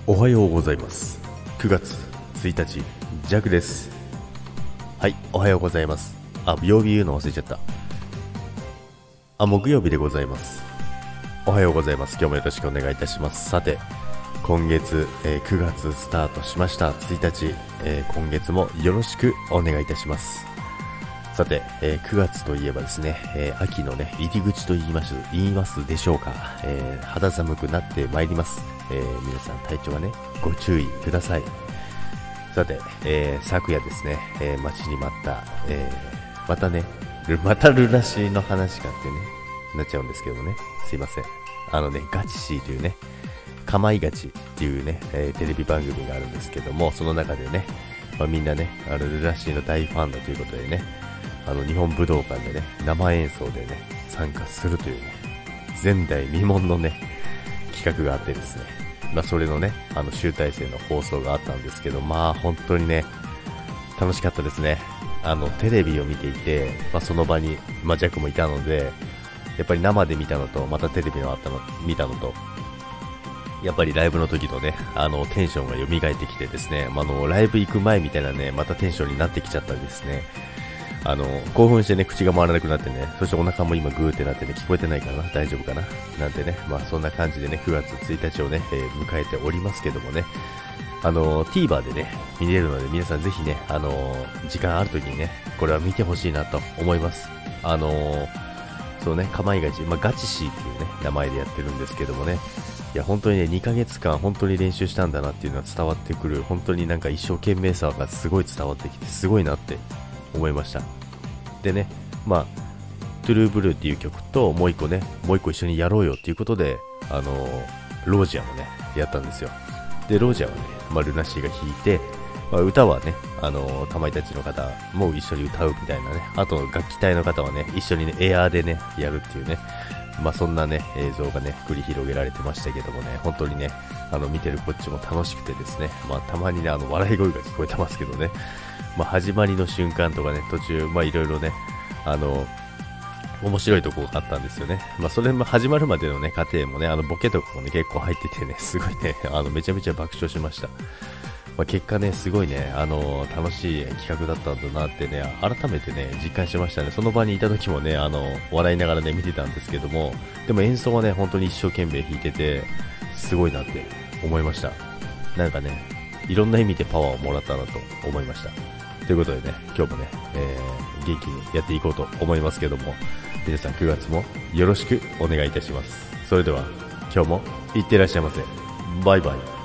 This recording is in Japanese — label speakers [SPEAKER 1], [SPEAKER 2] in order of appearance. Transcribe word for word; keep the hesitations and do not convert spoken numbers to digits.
[SPEAKER 1] おはようございます。くがつついたち、ジャクです。はい、おはようございます。あ、曜日言うの忘れちゃった。あ、木曜日でございます。おはようございます。今日もよろしくお願いいたします。さて、今月、えー、くがつスタートしました。ついたち、えー、今月もよろしくお願いいたします。さて、えー、くがつといえばですね、えー、秋のね、入り口と言います、言いますでしょうか。えー、肌寒くなってまいります。えー、皆さん体調はね、ご注意ください。さて、えー、昨夜ですね、えー、待ちに待った、えー、またね、またルナシーの話かってね、なっちゃうんですけどもね、すいません。あのね、ガチシーというね、かまいがちっていうね、えー、テレビ番組があるんですけども、その中でね、まあ、みんなね、あのルナシーの大ファンだということでね、あの日本武道館でね、生演奏でね、参加するというね、前代未聞のね、企画があってですね、まあそれのね、あの集大成の放送があったんですけど、まあ本当にね、楽しかったですね。あのテレビを見ていて、まあその場に、まあジャックもいたので、やっぱり生で見たのと、またテレビのあったの、見たのと、やっぱりライブの時のね、あのテンションが蘇ってきてですね、まあ、あのライブ行く前みたいなね、またテンションになってきちゃったんですね。あの興奮してね、口が回らなくなってね、そしてお腹も今グーってなってね、聞こえてないかな、大丈夫かななんてね、まあそんな感じでね、くがつついたちをね、えー、迎えておりますけどもね、あの TVer でね、見れるので、皆さんぜひね、あの時間ある時にね、これは見てほしいなと思います。あのそうね、かまいがち、まあ、ガチシーっていうね、名前でやってるんですけどもね、いや本当にね、にかげつかん本当に練習したんだなっていうのは伝わってくる、本当になんか一生懸命さがすごい伝わってきて、すごいなって思いました。でね、まあトゥルーブルーっていう曲と、もう一個ね、もう一個一緒にやろうよっていうことで、あのロージアもね、やったんですよ。で、ロージアはね、まあ、ルナシーが弾いて、まあ、歌はね、あのかまいたちの方も一緒に歌うみたいなね、あと楽器隊の方はね、一緒にね、エアーでね、やるっていうね、まあそんなね、映像がね、繰り広げられてましたけどもね、本当にね、あの見てるこっちも楽しくてですね、まあたまにね、あの笑い声が聞こえてますけどね、まあ始まりの瞬間とかね、途中、まあいろいろね、あの、面白いところがあったんですよね。まあそれも始まるまでのね、過程もね、あのボケとかもね、結構入っててね、すごいね、あのめちゃめちゃ爆笑しました。まあ、結果ね、すごいね、あのー、楽しい企画だったんだなってね、改めてね、実感しましたね。その場にいた時もね、あのー、笑いながらね、見てたんですけども、でも演奏はね、本当に一生懸命弾いてて、すごいなって思いました。なんかね、いろんな意味でパワーをもらったなと思いました。ということでね、今日もね、えー、元気にやっていこうと思いますけども、皆さんくがつもよろしくお願いいたします。それでは、今日もいってらっしゃいませ。バイバイ。